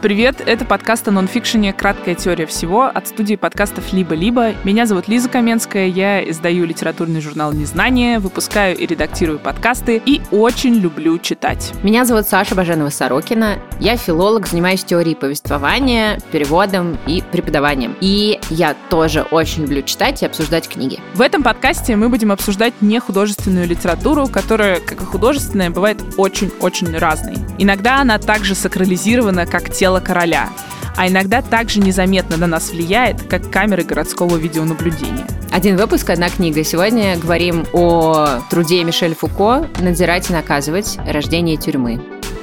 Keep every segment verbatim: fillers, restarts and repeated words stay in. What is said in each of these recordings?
Привет, это подкаст о нонфикшене «Краткая теория всего» от студии подкастов «Либо-либо». Меня зовут Лиза Каменская, я издаю литературный журнал «Незнание», выпускаю и редактирую подкасты и очень люблю читать. Меня зовут Саша Баженова-Сорокина, я филолог, занимаюсь теорией повествования, переводом и преподаванием. И я тоже очень люблю читать и обсуждать книги. В этом подкасте мы будем обсуждать нехудожественную литературу, которая, как и художественная, бывает очень-очень разной. Иногда она также сакрализирована, как тело короля, а иногда также незаметно на нас влияет, как камеры городского видеонаблюдения. Один выпуск, одна книга. Сегодня говорим о труде Мишель Фуко «Надзирать и наказывать. Рождение тюрьмы».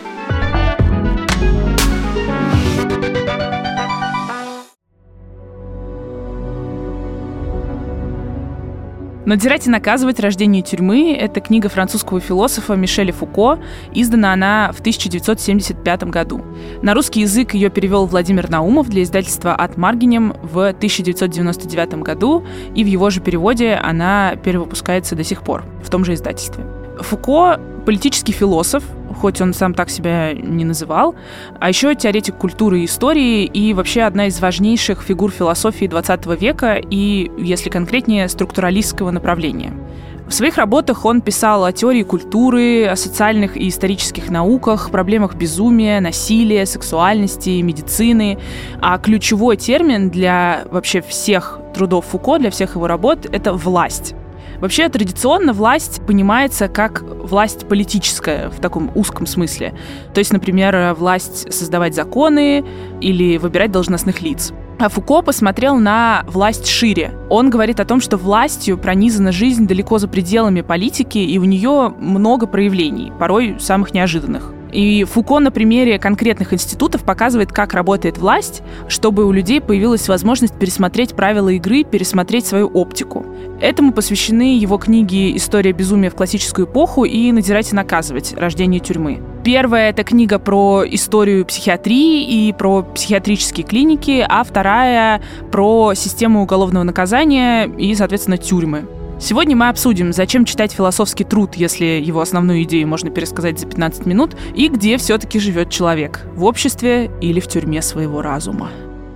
«Надзирать и наказывать. Рождение тюрьмы» — это книга французского философа Мишеля Фуко. Издана она в тысяча девятьсот семьдесят пятом году. На русский язык ее перевел Владимир Наумов для издательства «Ад Маргинем» в тысяча девятьсот девяносто девятом году, и в его же переводе она перевыпускается до сих пор в том же издательстве. Фуко — политический философ, хоть он сам так себя не называл, а еще теоретик культуры и истории и вообще одна из важнейших фигур философии двадцатого века и, если конкретнее, структуралистского направления. В своих работах он писал о теории культуры, о социальных и исторических науках, проблемах безумия, насилия, сексуальности, медицины. А ключевой термин для вообще всех трудов Фуко, для всех его работ — это «власть». Вообще, традиционно власть понимается как власть политическая в таком узком смысле. То есть, например, власть создавать законы или выбирать должностных лиц. А Фуко посмотрел на власть шире. Он говорит о том, что властью пронизана жизнь далеко за пределами политики, и у нее много проявлений, порой самых неожиданных. И Фуко на примере конкретных институтов показывает, как работает власть, чтобы у людей появилась возможность пересмотреть правила игры, пересмотреть свою оптику. Этому посвящены его книги «История безумия в классическую эпоху» и «Надзирать и наказывать. Рождение тюрьмы». Первая — это книга про историю психиатрии и про психиатрические клиники, а вторая — про систему уголовного наказания и, соответственно, тюрьмы. Сегодня мы обсудим, зачем читать философский труд, если его основную идею можно пересказать за пятнадцать минут, и где все-таки живет человек – в обществе или в тюрьме своего разума.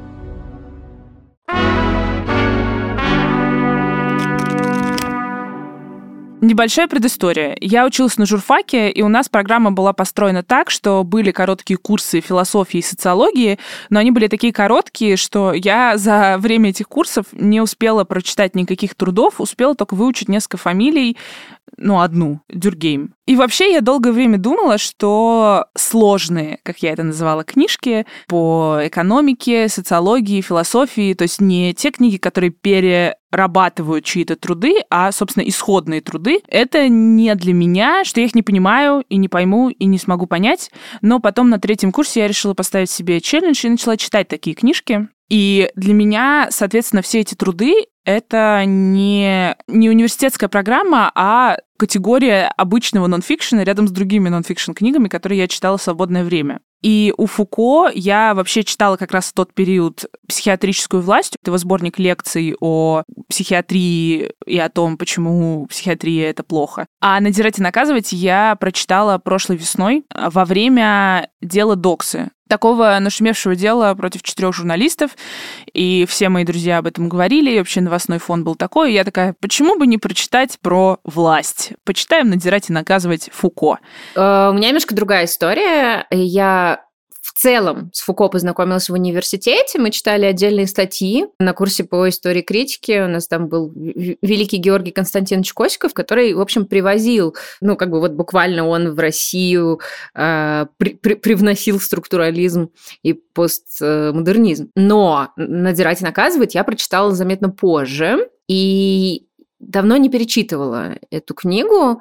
Небольшая предыстория. Я училась на журфаке, и у нас программа была построена так, что были короткие курсы философии и социологии, но они были такие короткие, что я за время этих курсов не успела прочитать никаких трудов, успела только выучить несколько фамилий, ну, одну, Дюркгейм. И вообще я долгое время думала, что сложные, как я это называла, книжки по экономике, социологии, философии, то есть не те книги, которые перерабатывают чьи-то труды, а, собственно, исходные труды, это не для меня, что я их не понимаю и не пойму и не смогу понять. Но потом на третьем курсе я решила поставить себе челлендж и начала читать такие книжки. И для меня, соответственно, все эти труды — это не, не университетская программа, а категория обычного нонфикшена рядом с другими нонфикшн-книгами, которые я читала в свободное время. И у Фуко я вообще читала как раз в тот период «Психиатрическую власть». Это его сборник лекций о психиатрии и о том, почему психиатрия — это плохо. А «Надзирать и наказывать» я прочитала прошлой весной во время дела Доксы. Такого нашумевшего дела против четырех журналистов, и все мои друзья об этом говорили, и вообще новостной фон был такой, и я такая, почему бы не прочитать про власть? Почитаем «Надзирать и наказывать» Фуко. У меня немножко другая история. Я в целом с Фуко познакомилась в университете, мы читали отдельные статьи на курсе по истории критики, у нас там был великий Георгий Константинович Косиков, который, в общем, привозил, ну, как бы вот буквально он в Россию э, при, при, привносил структурализм и постмодернизм. Но «Надзирать и наказывать» я прочитала заметно позже, и давно не перечитывала эту книгу,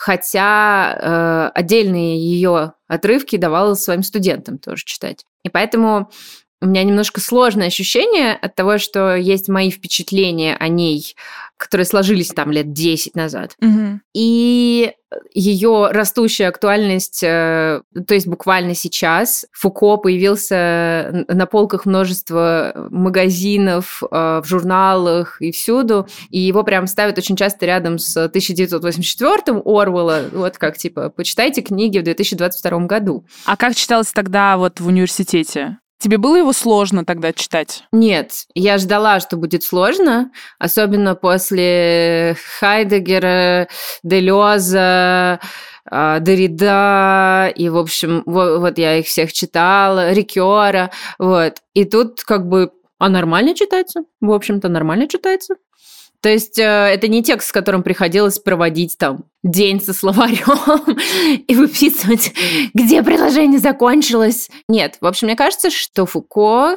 хотя э, отдельные ее отрывки давала своим студентам тоже читать. И поэтому у меня немножко сложное ощущение от того, что есть мои впечатления о ней, которые сложились там лет десять назад. Угу. И ее растущая актуальность, то есть буквально сейчас. Фуко появился на полках множества магазинов, в журналах и всюду, и его прям ставят очень часто рядом с тысяча девятьсот восемьдесят четвёртым Оруэлла, вот как, типа, почитайте книги в две тысячи двадцать втором году. А как читалось тогда вот в университете? Тебе было его сложно тогда читать? Нет, я ждала, что будет сложно, особенно после Хайдеггера, Делеза, Деррида, и, в общем, вот, вот я их всех читала, Рикера, вот. И тут как бы, а нормально читается, в общем-то, нормально читается. То есть э, это не текст, с которым приходилось проводить там день со словарем и выписывать, где предложение закончилось. Нет, в общем, мне кажется, что Фуко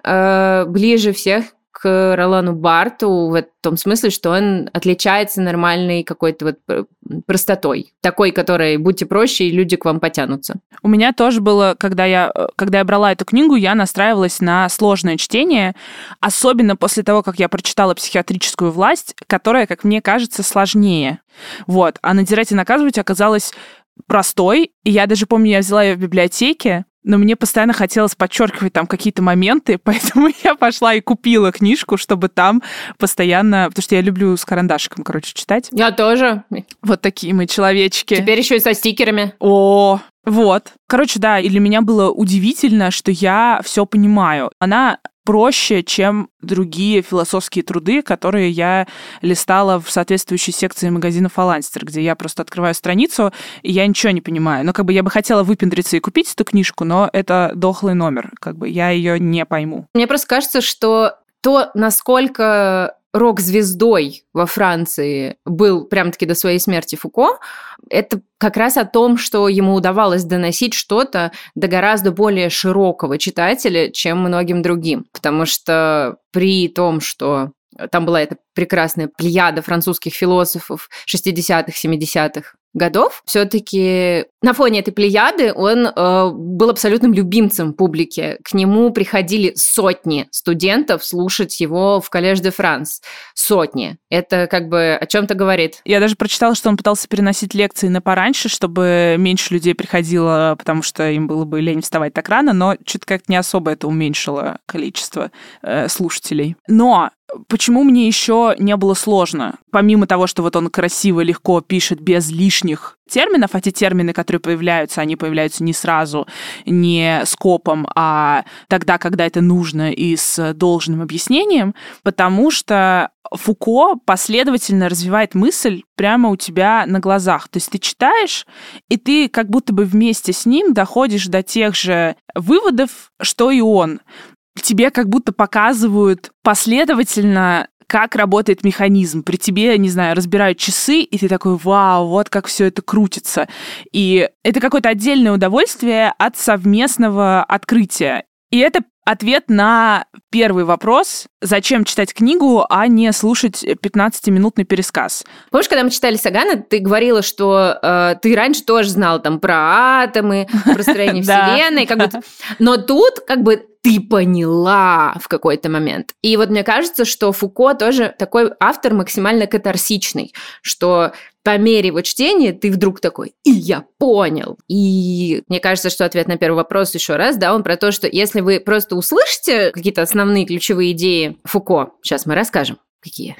э, ближе всех к Ролану Барту в том смысле, что он отличается нормальной какой-то вот простотой. Такой, которой будьте проще, и люди к вам потянутся. У меня тоже было, когда я, когда я брала эту книгу, я настраивалась на сложное чтение, особенно после того, как я прочитала «Психиатрическую власть», которая, как мне кажется, сложнее. Вот. А «Надзирать и наказывать» оказалась простой, и я даже помню, я взяла ее в библиотеке, но мне постоянно хотелось подчеркивать там какие-то моменты, поэтому я пошла и купила книжку, чтобы там постоянно... Потому что я люблю с карандашиком, короче, читать. Я тоже. Вот такие мы человечки. Теперь еще и со стикерами. О, вот. Короче, да, и для меня было удивительно, что я все понимаю. Она проще, чем другие философские труды, которые я листала в соответствующей секции магазина «Фаланстер», где я просто открываю страницу, и я ничего не понимаю. Ну, как бы я бы хотела выпендриться и купить эту книжку, но это дохлый номер, как бы я ее не пойму. Мне просто кажется, что то, насколько рок-звездой во Франции был прям-таки до своей смерти Фуко, это как раз о том, что ему удавалось доносить что-то до гораздо более широкого читателя, чем многим другим. Потому что при том, что там была эта прекрасная плеяда французских философов шестидесятых, семидесятых годов, все-таки на фоне этой плеяды он э, был абсолютным любимцем публики. К нему приходили сотни студентов слушать его в Коллеж де Франс. Сотни. Это как бы о чем-то говорит. Я даже прочитала, что он пытался переносить лекции на пораньше, чтобы меньше людей приходило, потому что им было бы лень вставать так рано, но что-то как-то не особо это уменьшило количество э, слушателей. Но почему мне еще не было сложно? Помимо того, что вот он красиво, легко пишет без лишних терминов, а те термины, которые появляются, они появляются не сразу, не скопом, а тогда, когда это нужно и с должным объяснением, потому что Фуко последовательно развивает мысль прямо у тебя на глазах. То есть ты читаешь, и ты как будто бы вместе с ним доходишь до тех же выводов, что и он. Тебе как будто показывают последовательно, как работает механизм. При тебе, не знаю, разбирают часы, и ты такой, вау, вот как все это крутится. И это какое-то отдельное удовольствие от совместного открытия. И это ответ на первый вопрос, зачем читать книгу, а не слушать пятнадцатиминутный пересказ. Помнишь, когда мы читали Сагана, ты говорила, что э, ты раньше тоже знала там про атомы, про строение Вселенной, как бы, но тут как бы ты поняла в какой-то момент. И вот мне кажется, что Фуко тоже такой автор максимально катарсичный, что по мере его чтения ты вдруг такой, и я понял. И мне кажется, что ответ на первый вопрос еще раз, да, он про то, что если вы просто услышите какие-то основные ключевые идеи Фуко, сейчас мы расскажем, какие.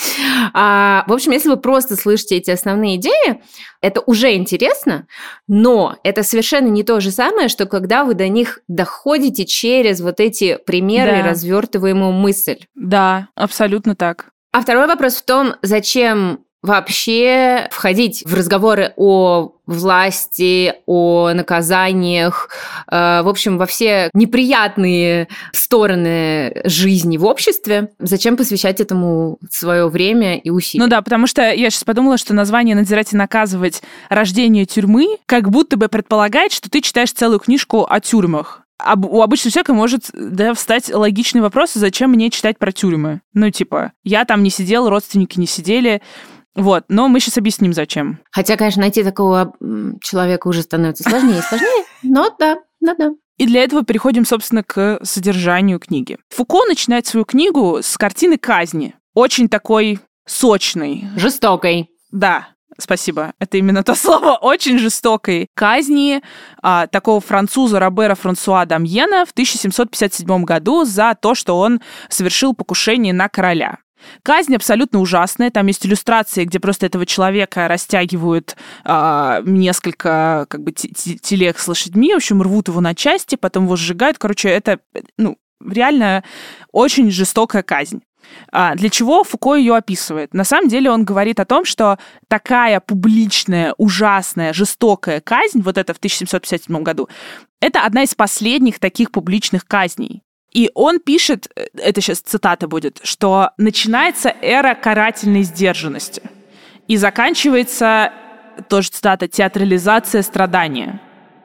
а, в общем, если вы просто слышите эти основные идеи, это уже интересно, но это совершенно не то же самое, что когда вы до них доходите через вот эти примеры Да. и развертываемую мысль. Да, абсолютно так. А второй вопрос в том, зачем вообще входить в разговоры о власти, о наказаниях, э, в общем, во все неприятные стороны жизни в обществе. Зачем посвящать этому свое время и усилия? Ну да, потому что я сейчас подумала, что название «Надзирать и наказывать. Рождение тюрьмы» как будто бы предполагает, что ты читаешь целую книжку о тюрьмах. А у обычного человека может, да, встать логичный вопрос, зачем мне читать про тюрьмы? Ну, типа, я там не сидел, родственники не сидели. Вот, но мы сейчас объясним, зачем. Хотя, конечно, найти такого человека уже становится сложнее и сложнее, но да, да-да. И для этого переходим, собственно, к содержанию книги. Фуко начинает свою книгу с картины казни. Очень такой сочной. Жестокой. Да, спасибо. Это именно то слово. Очень жестокой казни а, такого француза Робера Франсуа Дамьена в тысяча семьсот пятьдесят седьмом году за то, что он совершил покушение на короля. Казнь абсолютно ужасная. Там есть иллюстрации, где просто этого человека растягивают э, несколько как бы телег с лошадьми, в общем, рвут его на части, потом его сжигают. Короче, это ну, реально очень жестокая казнь. А для чего Фуко ее описывает? На самом деле он говорит о том, что такая публичная, ужасная, жестокая казнь, вот это в тысяча семьсот пятьдесят седьмом году, это одна из последних таких публичных казней. И он пишет, это сейчас цитата будет, что начинается эра карательной сдержанности и заканчивается, тоже цитата, театрализация страдания.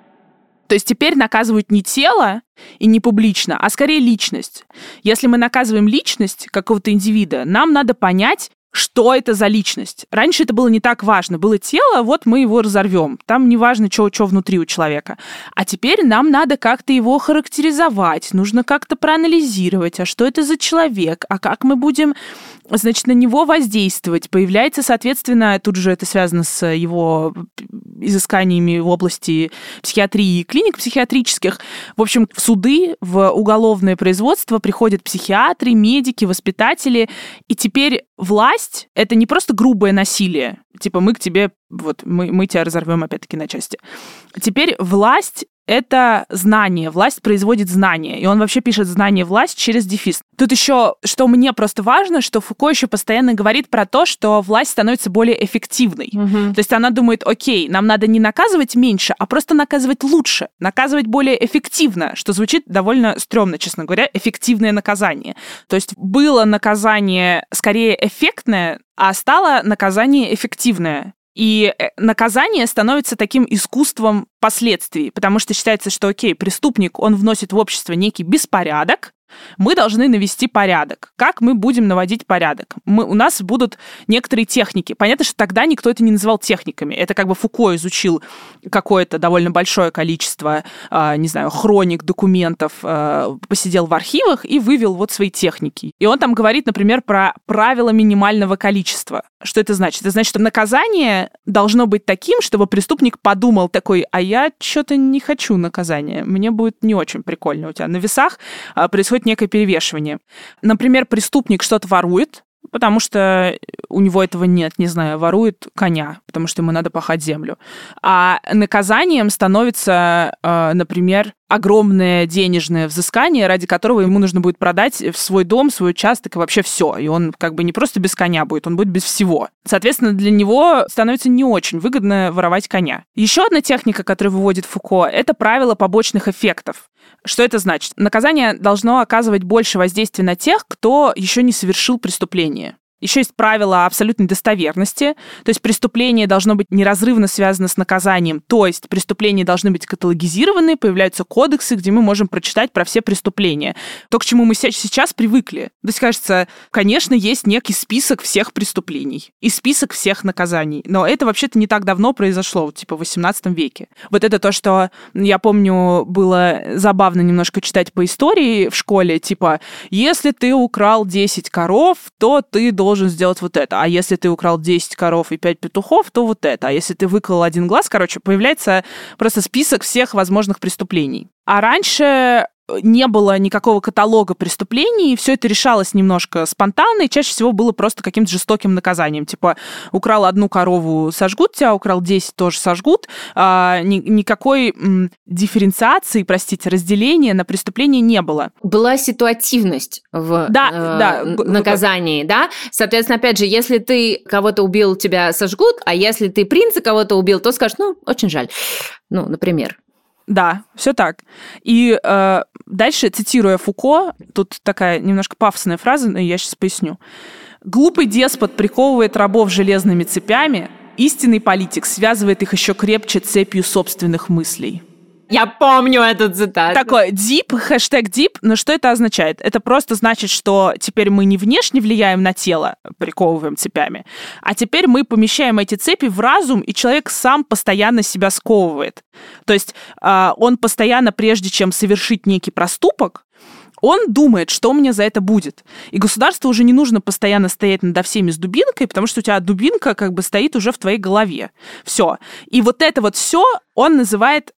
То есть теперь наказывают не тело и не публично, а скорее личность. Если мы наказываем личность какого-то индивида, нам надо понять, что это за личность. Раньше это было не так важно. Было тело, вот мы его разорвем. Там не важно, что, что внутри у человека. А теперь нам надо как-то его характеризовать, нужно как-то проанализировать, а что это за человек, а как мы будем, значит, на него воздействовать. Появляется, соответственно, тут же это связано с его изысканиями в области психиатрии и клиник психиатрических. В общем, в суды, в уголовное производство приходят психиатры, медики, воспитатели, и теперь власть — это не просто грубое насилие, типа мы к тебе, вот, мы, мы тебя разорвем опять-таки на части. Теперь власть — это знание, власть производит знание, и он вообще пишет «знание, власть» через дефис. Тут еще, что мне просто важно, что Фуко еще постоянно говорит про то, что власть становится более эффективной. Угу. То есть она думает, окей, нам надо не наказывать меньше, а просто наказывать лучше, наказывать более эффективно, что звучит довольно стрёмно, честно говоря, эффективное наказание. То есть было наказание скорее эффектное, а стало наказание эффективное. И наказание становится таким искусством последствий, потому что считается, что, окей, преступник, он вносит в общество некий беспорядок, мы должны навести порядок. Как мы будем наводить порядок? Мы, у нас будут некоторые техники. Понятно, что тогда никто это не называл техниками. Это как бы Фуко изучил какое-то довольно большое количество, э, не знаю, хроник, документов, э, посидел в архивах и вывел вот свои техники. И он там говорит, например, про правила минимального количества. Что это значит? Это значит, что наказание должно быть таким, чтобы преступник подумал такой, а я что-то не хочу наказания, мне будет не очень прикольно. У тебя на весах э, происходит некое перевешивание. Например, преступник что-то ворует, потому что у него этого нет, не знаю, ворует коня, потому что ему надо пахать землю. А наказанием становится, например, огромное денежное взыскание, ради которого ему нужно будет продать свой дом, свой участок и вообще все. И он как бы не просто без коня будет, он будет без всего. Соответственно, для него становится не очень выгодно воровать коня. Еще одна техника, которую выводит Фуко, это правило побочных эффектов. Что это значит? Наказание должно оказывать больше воздействия на тех, кто еще не совершил преступление. Еще есть правило абсолютной достоверности, то есть преступление должно быть неразрывно связано с наказанием, то есть преступления должны быть каталогизированы, появляются кодексы, где мы можем прочитать про все преступления. То, к чему мы сейчас привыкли. То есть, кажется, конечно, есть некий список всех преступлений и список всех наказаний, но это вообще-то не так давно произошло, вот, типа в восемнадцатом веке. Вот это то, что, я помню, было забавно немножко читать по истории в школе, типа, если ты украл десять коров, то ты должен должен сделать вот это. А если ты украл десять коров и пять петухов, то вот это. А если ты выколол один глаз, короче, появляется просто список всех возможных преступлений. А раньше не было никакого каталога преступлений, и все это решалось немножко спонтанно, и чаще всего было просто каким-то жестоким наказанием. Типа, украл одну корову, сожгут тебя, украл десять, тоже сожгут. А, ни, никакой м, дифференциации, простите, разделения на преступление не было. Была ситуативность в да, э, да, наказании, да? Соответственно, опять же, если ты кого-то убил, тебя сожгут, а если ты принца кого-то убил, то скажешь, ну, очень жаль. Ну, например. Да, все так. И э, дальше, цитируя Фуко, тут такая немножко пафосная фраза, но я сейчас поясню. «Глупый деспот приковывает рабов железными цепями, истинный политик связывает их еще крепче цепью собственных мыслей». Я помню эту цитату. Такой deep, хэштег deep, но что это означает? Это просто значит, что теперь мы не внешне влияем на тело, приковываем цепями, а теперь мы помещаем эти цепи в разум, и человек сам постоянно себя сковывает. То есть он постоянно, прежде чем совершить некий проступок, он думает, что мне за это будет. И государству уже не нужно постоянно стоять над всеми с дубинкой, потому что у тебя дубинка как бы стоит уже в твоей голове. Все. И вот это вот все он называет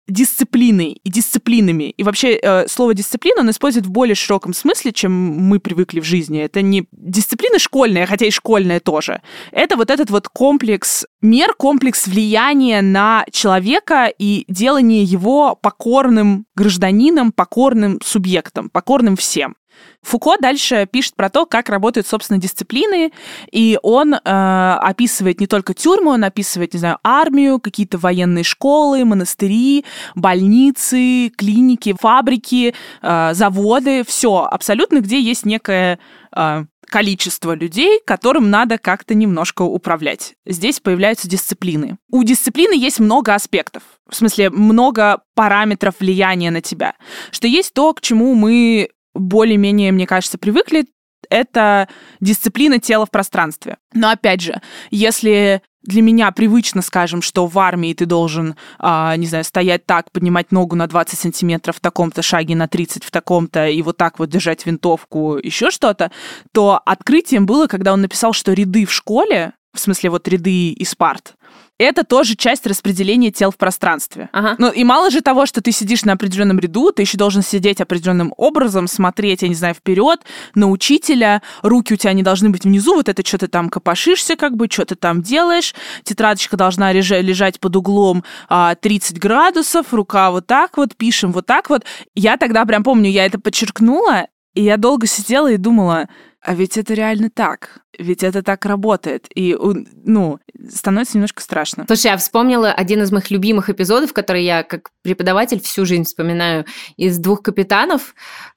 дисциплиной и дисциплинами. И вообще э, слово «дисциплина» он использует в более широком смысле, чем мы привыкли в жизни. Это не дисциплина школьная, хотя и школьная тоже. Это вот этот вот комплекс мер, комплекс влияния на человека и делание его покорным гражданином, покорным субъектом, покорным всем. Фуко дальше пишет про то, как работают, собственно, дисциплины, и он э, описывает не только тюрьму, он описывает, не знаю, армию, какие-то военные школы, монастыри, больницы, клиники, фабрики, э, заводы, все абсолютно, где есть некое э, количество людей, которым надо как-то немножко управлять. Здесь появляются дисциплины. У дисциплины есть много аспектов, в смысле, много параметров влияния на тебя, что есть то, к чему мы более-менее, мне кажется, привыкли, это дисциплина тела в пространстве. Но опять же, если для меня привычно, скажем, что в армии ты должен, а, не знаю, стоять так, поднимать ногу на двадцать сантиметров в таком-то шаге, на тридцать в таком-то, и вот так вот держать винтовку, еще что-то, то открытием было, когда он написал, что ряды в школе, в смысле вот ряды из парт, это тоже часть распределения тел в пространстве. Ага. Ну и мало же того, что ты сидишь на определенном ряду, ты еще должен сидеть определенным образом, смотреть, я не знаю, вперед, на учителя, руки у тебя не должны быть внизу, вот это что ты там копошишься, как бы, что ты там делаешь, тетрадочка должна лежать под углом а, тридцать градусов, рука вот так вот, пишем вот так вот. Я тогда прям помню, я это подчеркнула, и я долго сидела и думала, а ведь это реально так, ведь это так работает. И, ну, становится немножко страшно. Слушай, я вспомнила один из моих любимых эпизодов, который я как преподаватель всю жизнь вспоминаю, из «Двух капитанов»,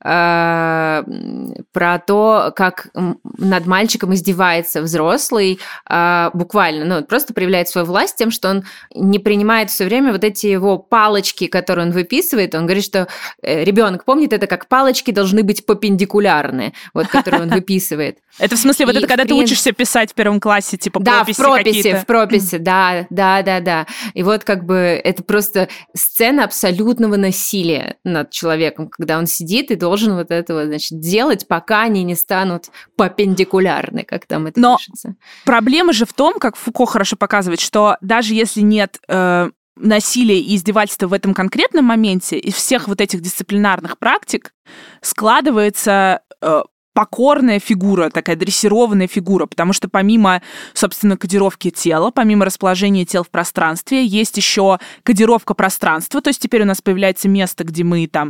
э, про то, как над мальчиком издевается взрослый, э, буквально, ну, просто проявляет свою власть тем, что он не принимает все время вот эти его палочки, которые он выписывает. Он говорит, что э, ребенок помнит это, как палочки должны быть перпендикулярны, вот, которые он выписывает. Это в смысле, вот это когда ты учишься писать в первом классе, типа прописи какие-то? Да, в прописи, в прописи, да, да, да, да. И вот как бы это просто сцена абсолютного насилия над человеком, когда он сидит и должен вот этого, значит, делать, пока они не станут перпендикулярны, как там это Но пишется. Проблема же в том, как Фуко хорошо показывает, что даже если нет э, насилия и издевательства в этом конкретном моменте, из всех вот этих дисциплинарных практик складывается э, покорная фигура, такая дрессированная фигура, потому что помимо, собственно, кодировки тела, помимо расположения тел в пространстве, есть еще кодировка пространства, то есть теперь у нас появляется место, где мы там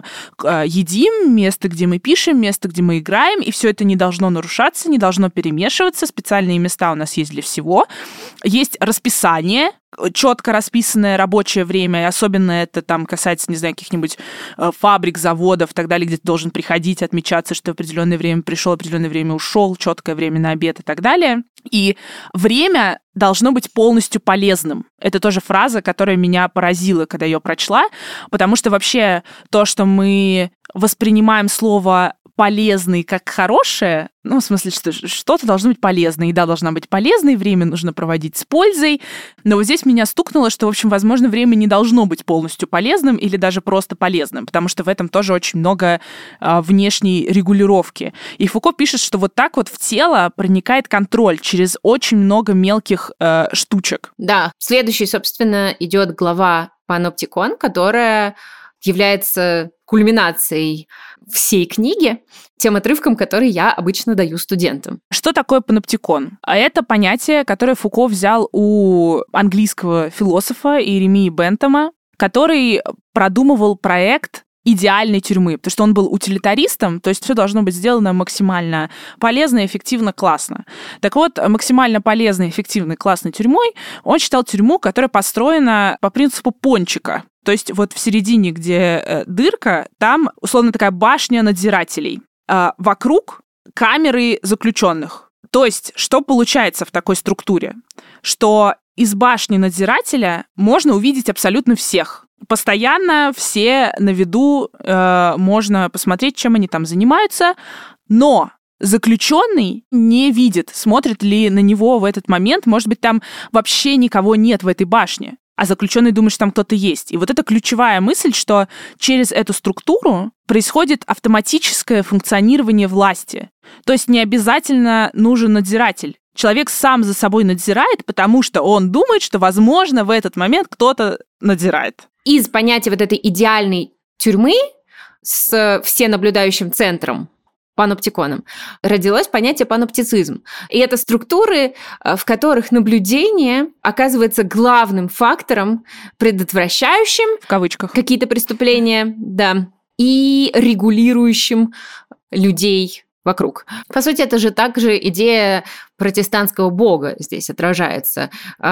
едим, место, где мы пишем, место, где мы играем, и все это не должно нарушаться, не должно перемешиваться, специальные места у нас есть для всего. Есть расписание, четко расписанное рабочее время, и особенно это там касается, не знаю, каких-нибудь фабрик, заводов и так далее, где ты должен приходить, отмечаться, что в определенное время пришел, в определенное время ушел, четкое время на обед и так далее. И время должно быть полностью полезным. Это тоже фраза, которая меня поразила, когда ее прочла, потому что вообще то, что мы воспринимаем слово полезный как хорошее, ну, в смысле, что что-то должно быть полезной, еда должна быть полезной, время нужно проводить с пользой, но вот здесь меня стукнуло, что, в общем, возможно, время не должно быть полностью полезным или даже просто полезным, потому что в этом тоже очень много а, внешней регулировки. И Фуко пишет, что вот так вот в тело проникает контроль через очень много мелких э, штучек. Да, следующий, собственно, идет глава Паноптикон, которая является кульминацией всей книги, тем отрывком, который я обычно даю студентам. Что такое паноптикон? А это понятие, которое Фуко взял у английского философа Иеремии Бентама, который продумывал проект идеальной тюрьмы, потому что он был утилитаристом, то есть все должно быть сделано максимально полезно, эффективно, классно. Так вот, максимально полезной, эффективной, классной тюрьмой он считал тюрьму, которая построена по принципу пончика. То есть вот в середине, где э, дырка, там, условно, такая башня надзирателей. А вокруг камеры заключенных. То есть что получается в такой структуре? Что из башни надзирателя можно увидеть абсолютно всех. Постоянно все на виду, э, можно посмотреть, чем они там занимаются, но заключенный не видит, смотрит ли на него в этот момент. Может быть, там вообще никого нет в этой башне, а заключенный думает, что там кто-то есть. И вот это ключевая мысль, что через эту структуру происходит автоматическое функционирование власти. То есть не обязательно нужен надзиратель. Человек сам за собой надзирает, потому что он думает, что, возможно, в этот момент кто-то надзирает. из понятия вот этой идеальной тюрьмы с всенаблюдающим центром, паноптиконом, родилось понятие паноптицизм. И это структуры, в которых наблюдение оказывается главным фактором, предотвращающим в кавычках какие-то преступления, да, и регулирующим людей вокруг. По сути, это же также идея протестантского бога здесь отражается.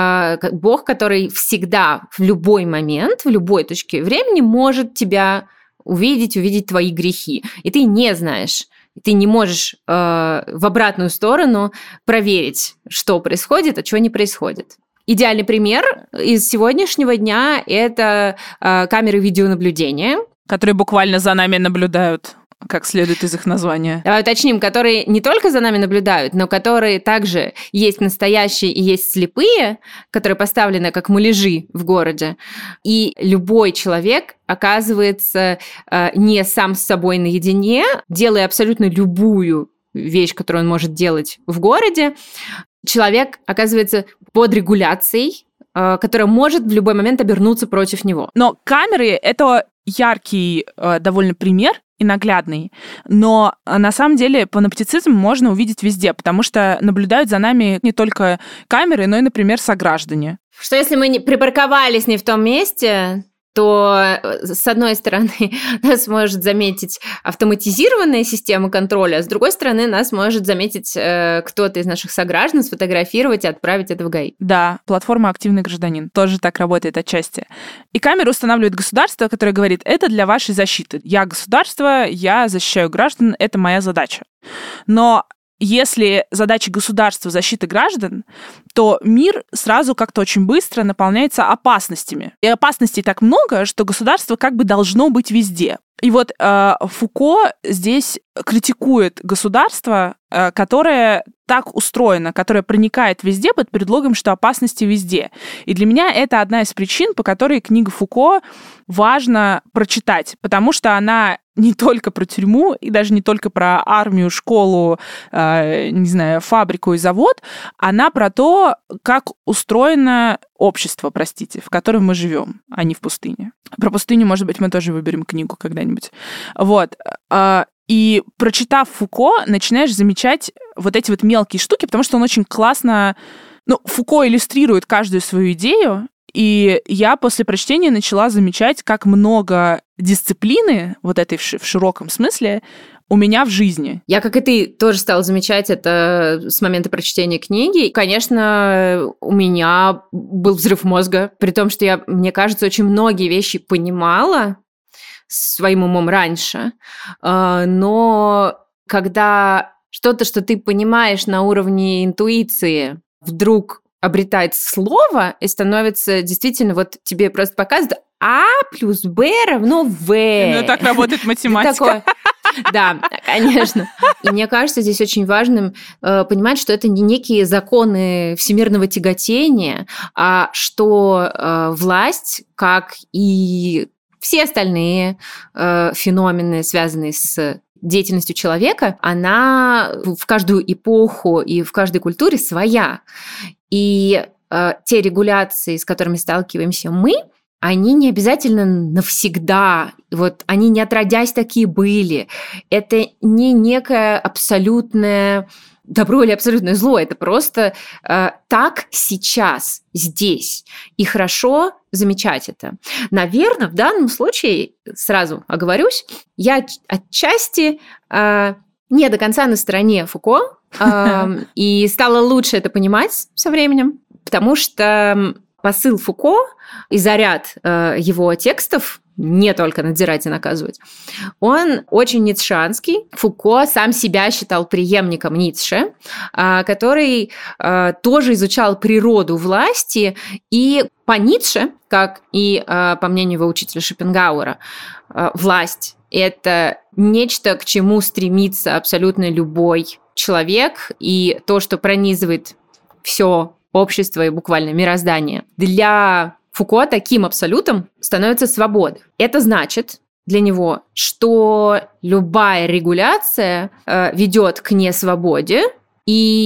Бог, который всегда, в любой момент, в любой точке времени может тебя увидеть, увидеть твои грехи. И ты не знаешь, ты не можешь э, в обратную сторону проверить, что происходит, а чего не происходит. Идеальный пример из сегодняшнего дня – это э, камеры видеонаблюдения. Которые буквально за нами наблюдают, как следует из их названия. Давай уточним, которые не только за нами наблюдают, но которые также есть настоящие и есть слепые, которые поставлены как муляжи в городе. И любой человек оказывается э, не сам с собой наедине, делая абсолютно любую вещь, которую он может делать в городе. Человек оказывается под регуляцией, э, которая может в любой момент обернуться против него. Но камеры — это яркий э, довольно пример, и наглядный. Но на самом деле паноптицизм можно увидеть везде, потому что наблюдают за нами не только камеры, но и, например, сограждане. Что если мы не припарковались не в том месте, то, с одной стороны, нас может заметить автоматизированная система контроля, а с другой стороны, нас может заметить э, кто-то из наших сограждан, сфотографировать и отправить это в ГАИ. Да, платформа «Активный гражданин» тоже так работает отчасти. И камеру устанавливает государство, которое говорит, это для вашей защиты. Я государство, я защищаю граждан, это моя задача. Но если задача государства защиты граждан, то мир сразу как-то очень быстро наполняется опасностями. И опасностей так много, что государство как бы должно быть везде. И вот э, Фуко здесь критикует государство, э, которое так устроено, которое проникает везде под предлогом, что опасности везде. И для меня это одна из причин, по которой книга Фуко важно прочитать, потому что она не только про тюрьму и даже не только про армию, школу, э, не знаю, фабрику и завод, она про то, как устроено общество, простите, в котором мы живем, а не в пустыне. Про пустыню, может быть, мы тоже выберем книгу когда-нибудь. Вот. И прочитав Фуко, начинаешь замечать вот эти вот мелкие штуки, потому что он очень классно... Ну, Фуко иллюстрирует каждую свою идею, и я после прочтения начала замечать, как много дисциплины, вот этой в широком смысле, у меня в жизни. Я, как и ты, тоже стала замечать это с момента прочтения книги. И, конечно, у меня был взрыв мозга, при том, что я, мне кажется, очень многие вещи понимала своим умом раньше, но когда что-то, что ты понимаешь на уровне интуиции, вдруг обретает слово и становится действительно, вот тебе просто показывают А плюс Б равно В. Ну, так работает математика. Да, конечно. И мне кажется, здесь очень важным э, понимать, что это не некие законы всемирного тяготения, а что э, власть, как и все остальные э, феномены, связанные с деятельностью человека, она в каждую эпоху и в каждой культуре своя. И э, те регуляции, с которыми сталкиваемся мы, они не обязательно навсегда, вот они не отродясь такие были. Это не некое абсолютное добро или абсолютное зло, это просто э, так сейчас, здесь. И хорошо замечать это. Наверное, в данном случае, сразу оговорюсь, я отчасти э, не до конца на стороне Фуко, э, и стала лучше это понимать со временем, потому что посыл Фуко и заряд э, его текстов, не только надзирать и наказывать, он очень ницшеанский. Фуко сам себя считал преемником Ницше, э, который э, тоже изучал природу власти. И по Ницше, как и э, по мнению его учителя Шопенгауэра, э, власть – это нечто, к чему стремится абсолютно любой человек, и то, что пронизывает все общество и буквально мироздание. Для Фуко таким абсолютом становится свобода. Это значит для него, что любая регуляция э, ведет к несвободе, и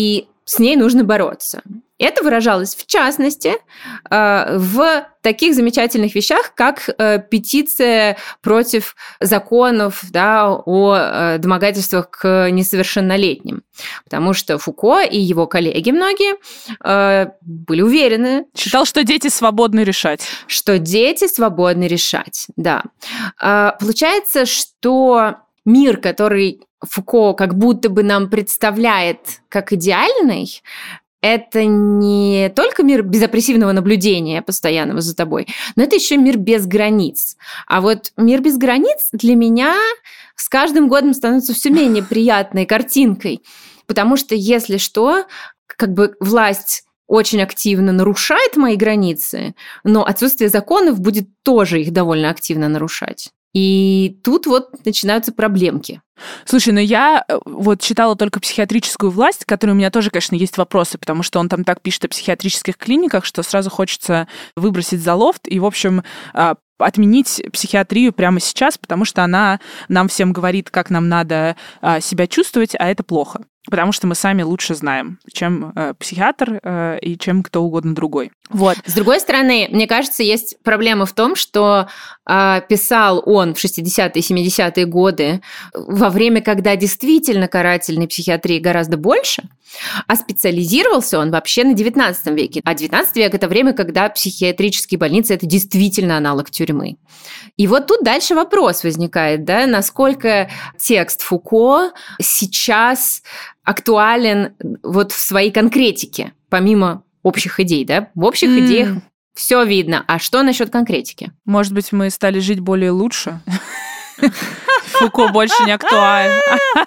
с ней нужно бороться. Это выражалось, в частности, в таких замечательных вещах, как петиция против законов, да, о домогательствах к несовершеннолетним. Потому что Фуко и его коллеги многие были уверены... Считал, что дети свободны решать. Что дети свободны решать, да. Получается, что мир, который Фуко как будто бы нам представляет как идеальный, это не только мир безопрессивного наблюдения постоянного за тобой, но это еще мир без границ. А вот мир без границ для меня с каждым годом становится все менее приятной картинкой, потому что, если что, как бы власть очень активно нарушает мои границы, но отсутствие законов будет тоже их довольно активно нарушать. И тут вот начинаются проблемки. Слушай, ну я вот читала только психиатрическую власть, которой у меня тоже, конечно, есть вопросы, потому что он там так пишет о психиатрических клиниках, что сразу хочется выбросить за лофт и, в общем, отменить психиатрию прямо сейчас, потому что она нам всем говорит, как нам надо себя чувствовать, а это плохо. Потому что мы сами лучше знаем, чем э, психиатр э, и чем кто угодно другой. Вот. С другой стороны, мне кажется, есть проблема в том, что э, писал он в шестидесятые и семидесятые годы во время, когда действительно карательной психиатрии гораздо больше, а специализировался он вообще на девятнадцатом веке. А девятнадцатый век – это время, когда психиатрические больницы – это действительно аналог тюрьмы. И вот тут дальше вопрос возникает, да, насколько текст Фуко сейчас актуален вот в своей конкретике, помимо общих идей, да? В общих mm. идеях все видно. А что насчет конкретики? Может быть, мы стали жить более лучше? Фуко больше не актуален.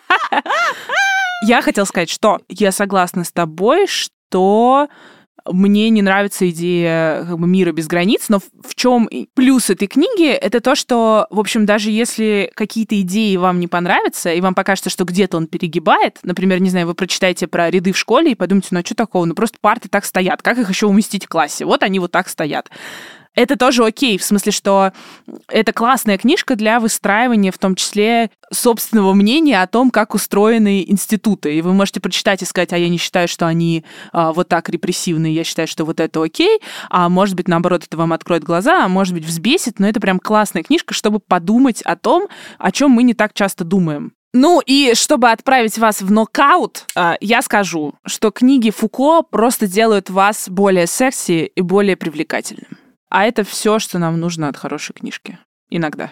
Я хотела сказать, что я согласна с тобой, что мне не нравится идея как бы, мира без границ, но в чем плюс этой книги, это то, что, в общем, даже если какие-то идеи вам не понравятся, и вам покажется, что где-то он перегибает, например, не знаю, вы прочитаете про ряды в школе и подумаете, ну а что такого, ну просто парты так стоят, как их еще уместить в классе? Вот они вот так стоят. Это тоже окей, в смысле, что это классная книжка для выстраивания, в том числе, собственного мнения о том, как устроены институты. И вы можете прочитать и сказать, а я не считаю, что они а, вот так репрессивные, я считаю, что вот это окей, а может быть, наоборот, это вам откроет глаза, а может быть, взбесит, но это прям классная книжка, чтобы подумать о том, о чем мы не так часто думаем. Ну и чтобы отправить вас в нокаут, я скажу, что книги Фуко просто делают вас более секси и более привлекательным. А это все, что нам нужно от хорошей книжки. Иногда.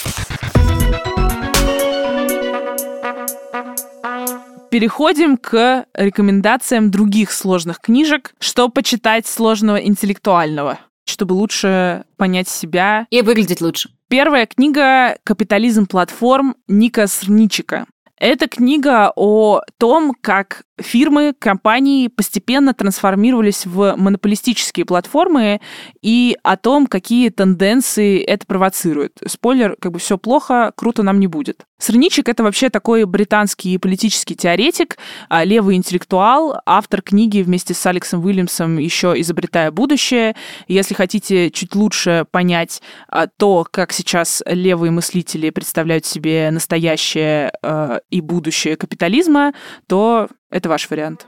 Переходим к рекомендациям других сложных книжек, что почитать сложного интеллектуального, чтобы лучше понять себя. И выглядеть лучше. Первая книга «Капитализм платформ» Ника Срничика. Это книга о том, как фирмы, компании постепенно трансформировались в монополистические платформы и о том, какие тенденции это провоцирует. Спойлер, как бы все плохо, круто нам не будет. Срничик — это вообще такой британский политический теоретик, левый интеллектуал, автор книги вместе с Алексом Уильямсом «Еще изобретая будущее». Если хотите чуть лучше понять то, как сейчас левые мыслители представляют себе настоящее и будущее капитализма, то это ваш вариант.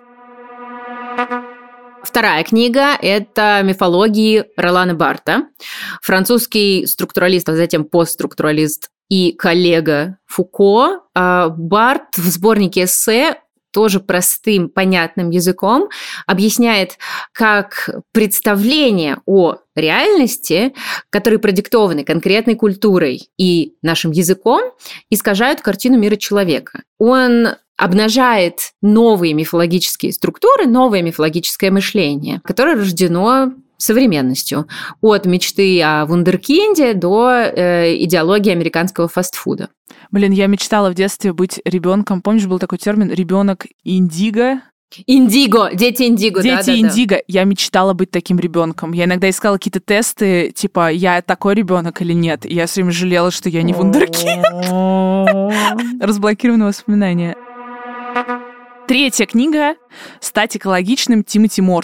Вторая книга – это «Мифологии» Ролана Барта. Французский структуралист, а затем постструктуралист и коллега Фуко. Барт в сборнике эссе тоже простым, понятным языком объясняет, как представления о реальности, которые продиктованы конкретной культурой и нашим языком, искажают картину мира человека. Он обнажает новые мифологические структуры, новое мифологическое мышление, которое рождено современностью. От мечты о вундеркинде до э, идеологии американского фастфуда. Блин, я мечтала в детстве быть ребенком. Помнишь, был такой термин ребенок индиго? Индиго, дети индиго, да, Дети индиго. Я мечтала быть таким ребенком. Я иногда искала какие-то тесты, типа, я такой ребенок или нет. И я все время жалела, что я не вундеркинд. Разблокированы воспоминания. Третья книга «Стать экологичным» Тимоти Мортона.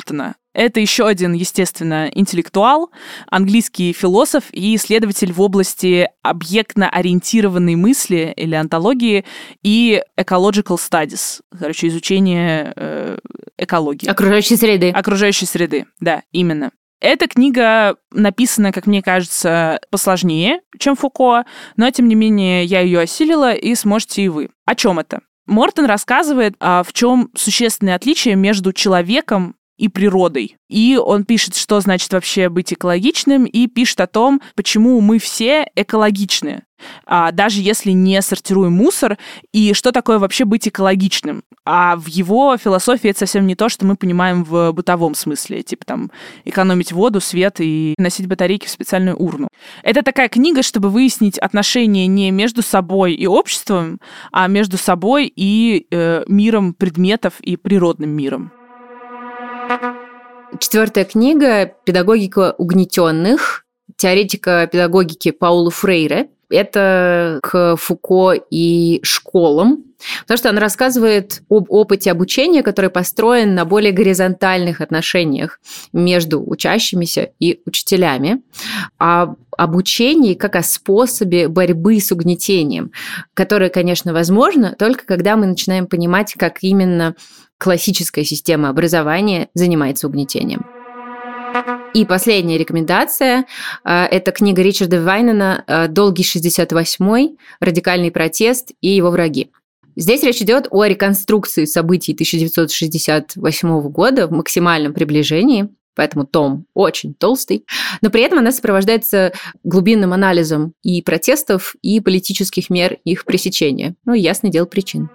Это еще один, естественно, интеллектуал, английский философ и исследователь в области объектно-ориентированной мысли или онтологии и ecological studies, короче, изучение э, экологии. Окружающей среды. Окружающей среды, да, именно. Эта книга написана, как мне кажется, посложнее, чем Фуко, но, тем не менее, я ее осилила, и сможете и вы. О чем это? Мортон рассказывает, в чем существенное отличие между человеком и природой. И он пишет, что значит вообще быть экологичным, и пишет о том, почему мы все экологичны, даже если не сортируем мусор, и что такое вообще быть экологичным. А в его философии это совсем не то, что мы понимаем в бытовом смысле, типа там экономить воду, свет и носить батарейки в специальную урну. Это такая книга, чтобы выяснить отношения не между собой и обществом, а между собой и э, миром предметов и природным миром. Четвертая книга «Педагогика угнетенных», теоретика педагогики Пауло Фрейре. Это к Фуко и школам, потому что она рассказывает об опыте обучения, который построен на более горизонтальных отношениях между учащимися и учителями, об обучении как о способе борьбы с угнетением, которое, конечно, возможно только когда мы начинаем понимать, как именно классическая система образования занимается угнетением. И последняя рекомендация – это книга Ричарда Вайнена «Долгий шестьдесят восьмой. Радикальный протест и его враги». Здесь речь идет о реконструкции событий тысяча девятьсот шестьдесят восьмого года в максимальном приближении, поэтому том очень толстый, но при этом она сопровождается глубинным анализом и протестов, и политических мер их пресечения. Ну и, ясное дело, причин.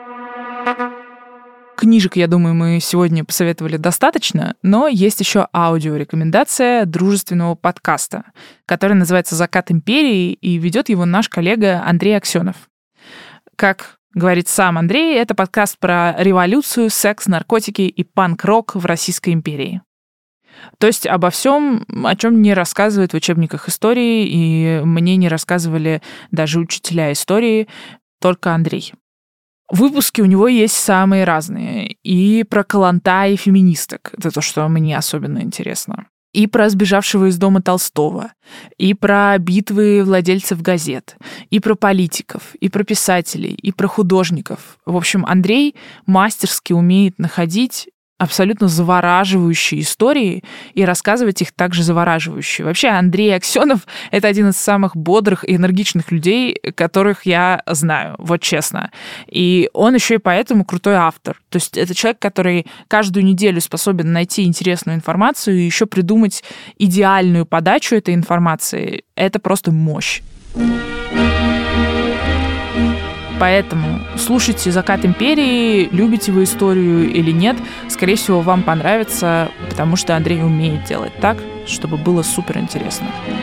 Книжек, я думаю, мы сегодня посоветовали достаточно, но есть еще аудиорекомендация дружественного подкаста, который называется «Закат империи», и ведет его наш коллега Андрей Аксенов. Как говорит сам Андрей, это подкаст про революцию, секс, наркотики и панк-рок в Российской империи. То есть обо всем, о чем не рассказывают в учебниках истории, и мне не рассказывали даже учителя истории, только Андрей. Выпуски у него есть самые разные. И про Каланта и феминисток. Это то, что мне особенно интересно. И про сбежавшего из дома Толстого. И про битвы владельцев газет. И про политиков. И про писателей. И про художников. В общем, Андрей мастерски умеет находить абсолютно завораживающие истории и рассказывать их также завораживающе. Вообще, Андрей Аксенов — это один из самых бодрых и энергичных людей, которых я знаю, вот честно. И он еще и поэтому крутой автор. То есть это человек, который каждую неделю способен найти интересную информацию и еще придумать идеальную подачу этой информации. Это просто мощь. Поэтому слушайте «Закат империи», любите вы историю или нет, скорее всего, вам понравится, потому что Андрей умеет делать так, чтобы было суперинтересно.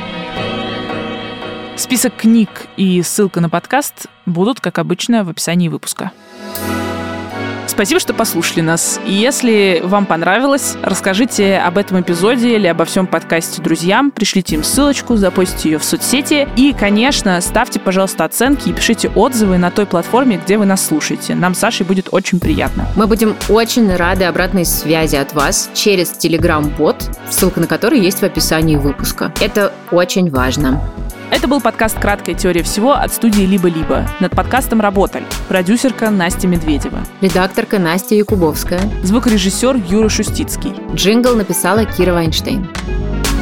Список книг и ссылка на подкаст будут, как обычно, в описании выпуска. Спасибо, что послушали нас. И если вам понравилось, расскажите об этом эпизоде или обо всем подкасте друзьям, пришлите им ссылочку, запостите ее в соцсети. И, конечно, ставьте, пожалуйста, оценки и пишите отзывы на той платформе, где вы нас слушаете. Нам с Сашей будет очень приятно. Мы будем очень рады обратной связи от вас через Telegram-бот, ссылка на который есть в описании выпуска. Это очень важно. Это был подкаст «Краткая теория всего» от студии «Либо-либо». Над подкастом работали продюсерка Настя Медведева, редакторка Настя Якубовская, звукорежиссер Юра Шустицкий. Джингл написала Кира Вайнштейн.